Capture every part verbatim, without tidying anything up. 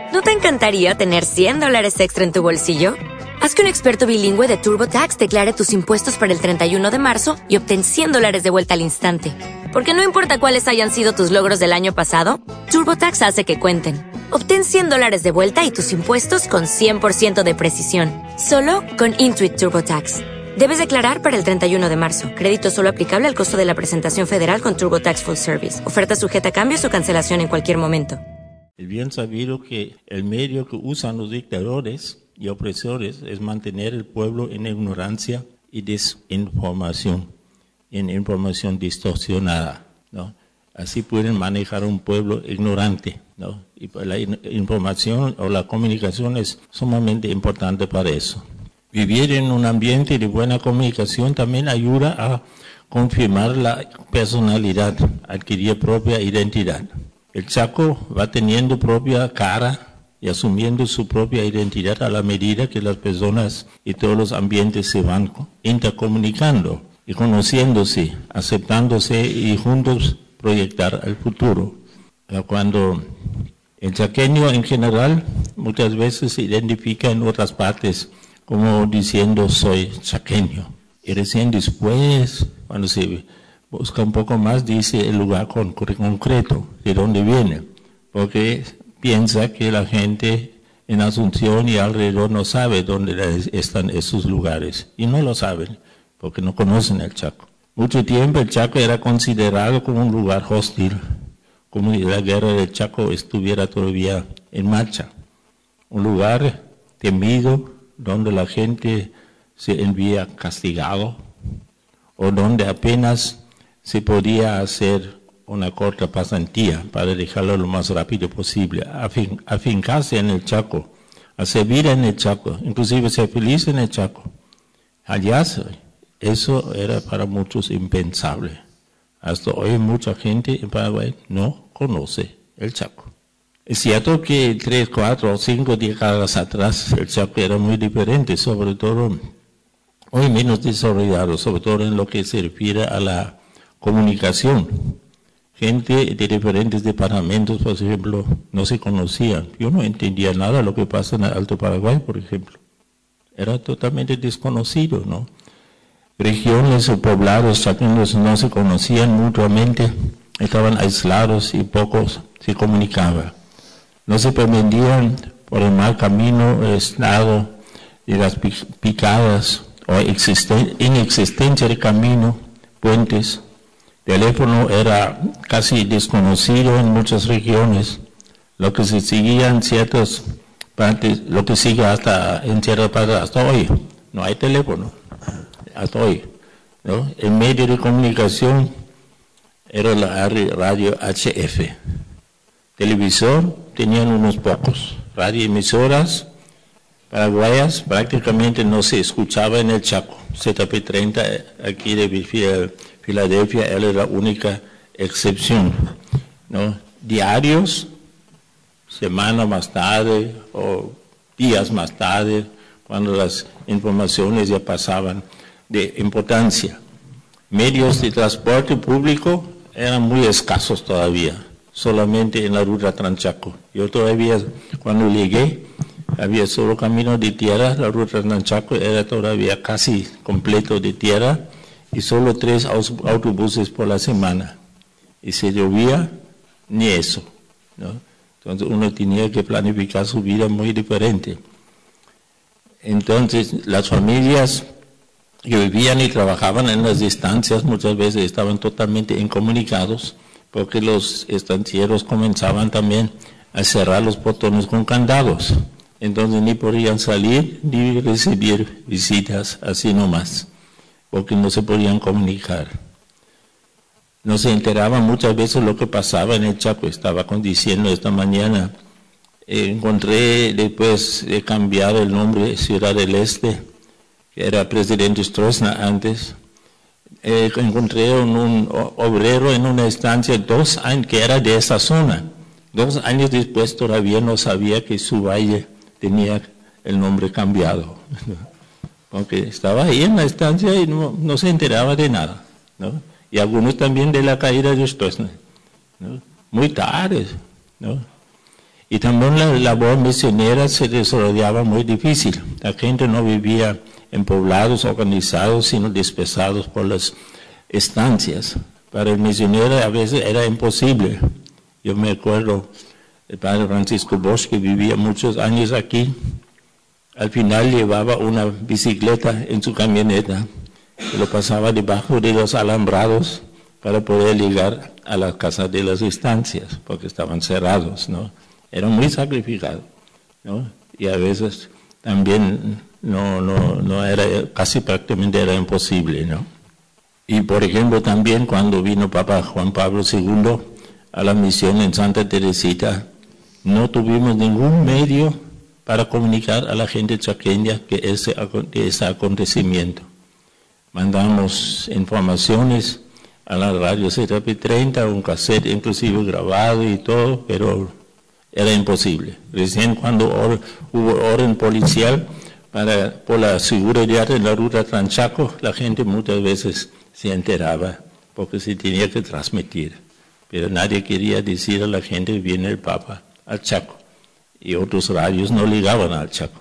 ¿No te encantaría tener cien dólares extra en tu bolsillo? Haz que un experto bilingüe de TurboTax declare tus impuestos para el treinta y uno de marzo y obtén cien dólares de vuelta al instante. Porque no importa cuáles hayan sido tus logros del año pasado, TurboTax hace que cuenten. Obtén cien dólares de vuelta y tus impuestos con cien por ciento de precisión. Solo con Intuit TurboTax. Debes declarar para el treinta y uno de marzo. Crédito solo aplicable al costo de la presentación federal con TurboTax Full Service. Oferta sujeta a cambios o cancelación en cualquier momento. Es bien sabido que el medio que usan los dictadores y opresores es mantener el pueblo en ignorancia y desinformación, en información distorsionada, ¿no? Así pueden manejar un pueblo ignorante, ¿no? Y la información o la comunicación es sumamente importante para eso. Vivir en un ambiente de buena comunicación también ayuda a confirmar la personalidad, adquirir propia identidad. El Chaco va teniendo propia cara y asumiendo su propia identidad a la medida que las personas y todos los ambientes se van intercomunicando y conociéndose, aceptándose y juntos proyectar el futuro. Cuando el chaqueño en general muchas veces se identifica en otras partes como diciendo soy chaqueño. Y recién después, cuando se busca un poco más, dice el lugar con, concreto, de dónde viene, porque piensa que la gente en Asunción y alrededor no sabe dónde están esos lugares, y no lo saben, porque no conocen el Chaco. Mucho tiempo el Chaco era considerado como un lugar hostil, como si la guerra del Chaco estuviera todavía en marcha, un lugar temido, donde la gente se envía castigado, o donde apenas se podía hacer una corta pasantía para dejarlo lo más rápido posible, afin, afincarse en el Chaco, hacer vida en el Chaco, inclusive ser feliz en el Chaco. Allá, eso era para muchos impensable. Hasta hoy mucha gente en Paraguay no conoce el Chaco. Es cierto que tres, cuatro o cinco décadas atrás el Chaco era muy diferente, sobre todo hoy menos desarrollado, sobre todo en lo que se refiere a la comunicación. Gente de diferentes departamentos, por ejemplo, no se conocían. Yo no entendía nada de lo que pasa en el Alto Paraguay, por ejemplo. Era totalmente desconocido, ¿no? Regiones o poblados chaqueños no se conocían mutuamente, estaban aislados y pocos se comunicaban. No se permitían por el mal camino el estado de las picadas o inexistencia de camino, puentes. El teléfono era casi desconocido en muchas regiones, lo que se seguía en ciertas partes, lo que sigue hasta en ciertas partes hasta hoy. No hay teléfono, hasta hoy, ¿no? El medio de comunicación era la radio H F. Televisor tenían unos pocos. Radioemisoras paraguayas prácticamente no se escuchaba en el Chaco. Z P treinta aquí de Filadelfia era la única excepción, ¿no? Diarios, semana más tarde o días más tarde, cuando las informaciones ya pasaban de importancia. Medios de transporte público eran muy escasos todavía, solamente en la ruta Transchaco. Yo todavía, cuando llegué, había solo camino de tierra, la ruta Transchaco era todavía casi completo de tierra, y solo tres autobuses por la semana. Y si llovía, ni eso, ¿no? Entonces uno tenía que planificar su vida muy diferente. Entonces las familias que vivían y trabajaban en las estancias muchas veces estaban totalmente incomunicados, porque los estancieros comenzaban también a cerrar los portones con candados. Entonces ni podían salir ni recibir visitas así nomás, porque no se podían comunicar. No se enteraban muchas veces lo que pasaba en el Chaco. Estaba diciendo esta mañana, eh, encontré después de cambiar el nombre de Ciudad del Este, que era presidente Stroessner antes, eh, encontré un, un obrero en una estancia dos años que era de esa zona. Dos años después todavía no sabía que su valle tenía el nombre cambiado. Porque estaba ahí en la estancia y no, no se enteraba de nada, ¿no? Y algunos también de la caída de Stroessner, ¿no? Muy tarde, ¿no? Y también la labor misionera se desarrollaba muy difícil. La gente no vivía en poblados organizados, sino dispersados por las estancias. Para el misionero a veces era imposible. Yo me acuerdo del padre Francisco Bosch, que vivía muchos años aquí. Al final llevaba una bicicleta en su camioneta, que lo pasaba debajo de los alambrados para poder llegar a las casas de las estancias, porque estaban cerrados, ¿no? Era muy sacrificado, ¿no? Y a veces también no, no, no era, casi prácticamente era imposible, ¿no? Y por ejemplo también cuando vino Papa Juan Pablo segundo a la misión en Santa Teresita, no tuvimos ningún medio para comunicar a la gente chaqueña que ese, que ese acontecimiento. Mandamos informaciones a la radio Z P treinta, un cassette inclusive grabado y todo, pero era imposible. Recién cuando or, hubo orden policial para, por la seguridad en la ruta Tranchaco, la gente muchas veces se enteraba porque se tenía que transmitir. Pero nadie quería decir a la gente, viene el Papa al Chaco. Y otros radios no ligaban al Chaco.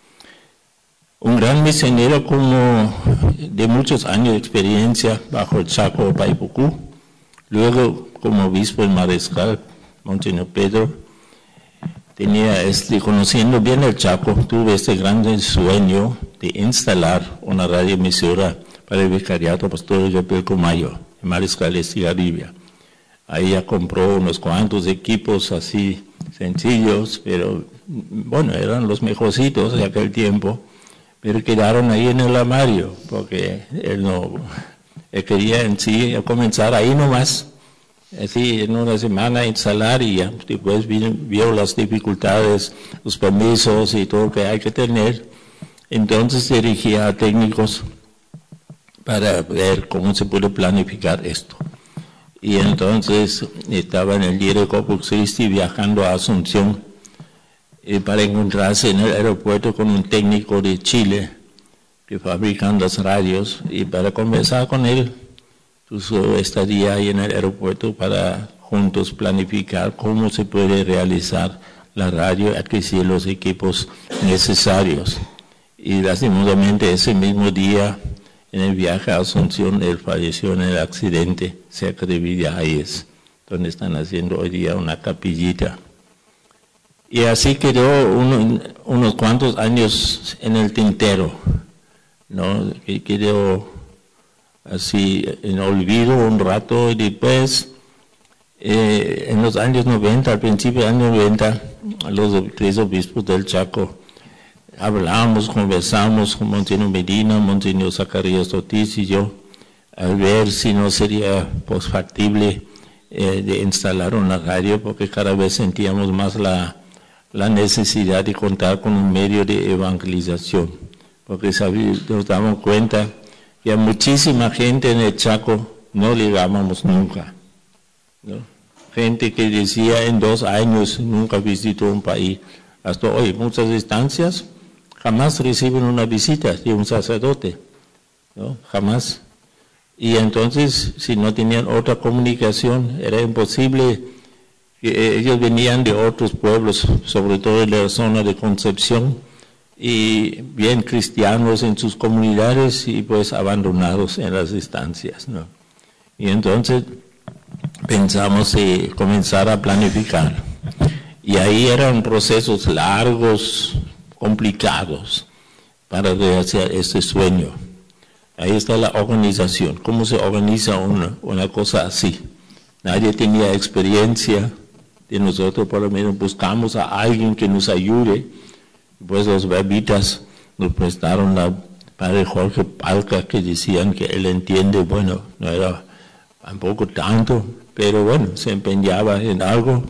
Un gran misionero como de muchos años de experiencia bajo el Chaco o Paipucú, luego como obispo en Mariscal, Monseñor Pedro, tenía este, conociendo bien el Chaco, tuve este gran sueño de instalar una radioemisora para el Vicariato Pastoral de Pilcomayo, en Mariscal Estigarribia. Ahí ya compró unos cuantos equipos así sencillos, pero bueno, eran los mejorcitos de aquel tiempo, pero quedaron ahí en el armario, porque él no, él quería en sí comenzar ahí nomás, así en una semana instalar y ya, después vio, vio las dificultades, los permisos y todo lo que hay que tener, entonces dirigía a técnicos para ver cómo se puede planificar esto. Y entonces estaba en el día de Corpus Christi viajando a Asunción eh, para encontrarse en el aeropuerto con un técnico de Chile que fabrican las radios y para conversar con él, su estadía ahí en el aeropuerto para juntos planificar cómo se puede realizar la radio, adquirir los equipos necesarios. Y lastimosamente ese mismo día, en el viaje a Asunción, él falleció en el accidente cerca de Villa Hayes, donde están haciendo hoy día una capillita. Y así quedó uno, unos cuantos años en el tintero, ¿no? Que quedó así en olvido un rato y después, eh, en los años noventa, al principio de los años noventa, los tres obispos del Chaco, hablamos, conversamos con Monseñor Medina, Monseñor Zacarías Ortiz y yo, al ver si no sería pues, factible eh, de instalar una radio, porque cada vez sentíamos más la, la necesidad de contar con un medio de evangelización, porque sabí, nos damos cuenta que a muchísima gente en el Chaco no llegábamos nunca, ¿no? Gente que decía en dos años nunca visitó un país, hasta hoy muchas estancias jamás reciben una visita de un sacerdote, ¿no? Jamás. Y entonces, si no tenían otra comunicación, era imposible, que ellos venían de otros pueblos, sobre todo de la zona de Concepción, y bien cristianos en sus comunidades y pues abandonados en las estancias, ¿no? Y entonces pensamos en comenzar a planificar. Y ahí eran procesos largos, complicados para realizar este sueño. Ahí está la organización, cómo se organiza una, una cosa así. Nadie tenía experiencia, de nosotros por lo menos buscamos a alguien que nos ayude, pues los verbitas nos prestaron la padre Jorge Palca, que decían que él entiende, bueno, no era tampoco tanto, pero bueno, se empeñaba en algo.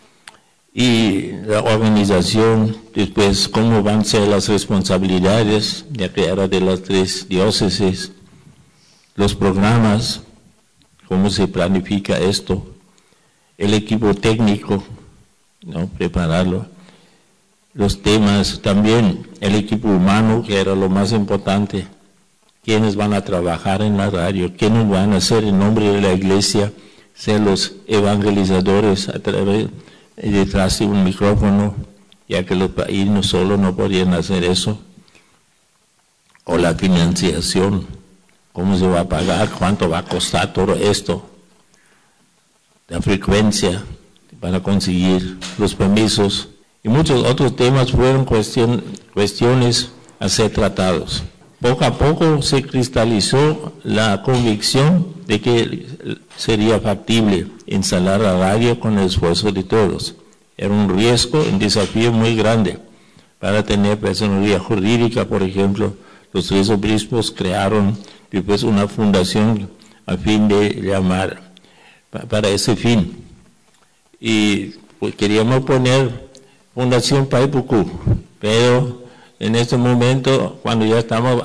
Y la organización, después cómo van a ser las responsabilidades, ya que era de las tres diócesis, los programas, cómo se planifica esto, el equipo técnico, ¿no? Prepararlo, los temas, también el equipo humano, que era lo más importante, quiénes van a trabajar en la radio, quiénes van a ser en nombre de la iglesia, ser los evangelizadores a través detrás de un micrófono, ya que los países solo no podían hacer eso. O la financiación, cómo se va a pagar, cuánto va a costar todo esto. La frecuencia para conseguir los permisos y muchos otros temas fueron cuestión, cuestiones a ser tratados. Poco a poco se cristalizó la convicción de que sería factible instalar la radio con el esfuerzo de todos. Era un riesgo, un desafío muy grande para tener personalidad jurídica. Por ejemplo, los tres obispos crearon después una fundación a fin de llamar para ese fin. Y pues queríamos poner Fundación Paipuku, pero en este momento, cuando ya estamos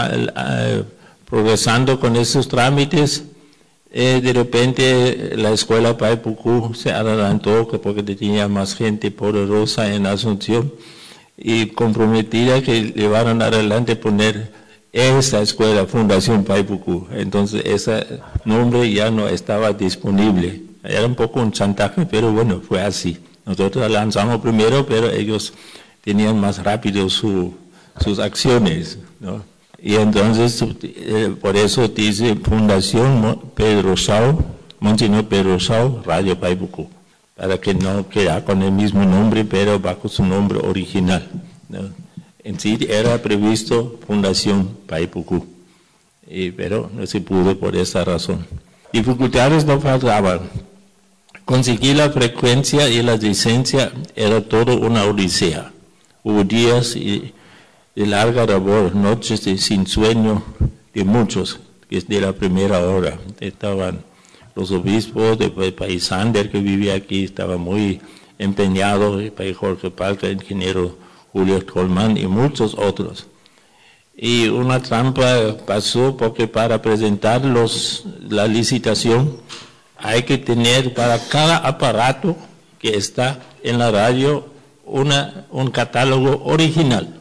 progresando con esos trámites, eh, de repente la escuela Paipuku se adelantó porque tenía más gente poderosa en Asunción y comprometida que llevaron adelante poner esa escuela, Fundación Paipuku. Entonces ese nombre ya no estaba disponible. Era un poco un chantaje, pero bueno, fue así. Nosotros lanzamos primero, pero ellos tenían más rápido su, sus acciones, ¿no? Y entonces, eh, por eso dice Fundación Pedro Sau, Monseñor Pedro Sau, Radio Paipuku, para que no quede con el mismo nombre, pero bajo su nombre original, ¿no? En sí era previsto Fundación Paipuku, y, pero no se pudo por esa razón. Dificultades no faltaban. Conseguir la frecuencia y la licencia era todo una odisea. Hubo días y de larga labor, noches de sin sueño de muchos, desde la primera hora. Estaban los obispos de Paisander, que vivía aquí, estaba muy empeñado, el Pay Jorge Palca, el ingeniero Julio Colmán y muchos otros. Y una trampa pasó porque para presentar los, la licitación hay que tener para cada aparato que está en la radio una, un catálogo original.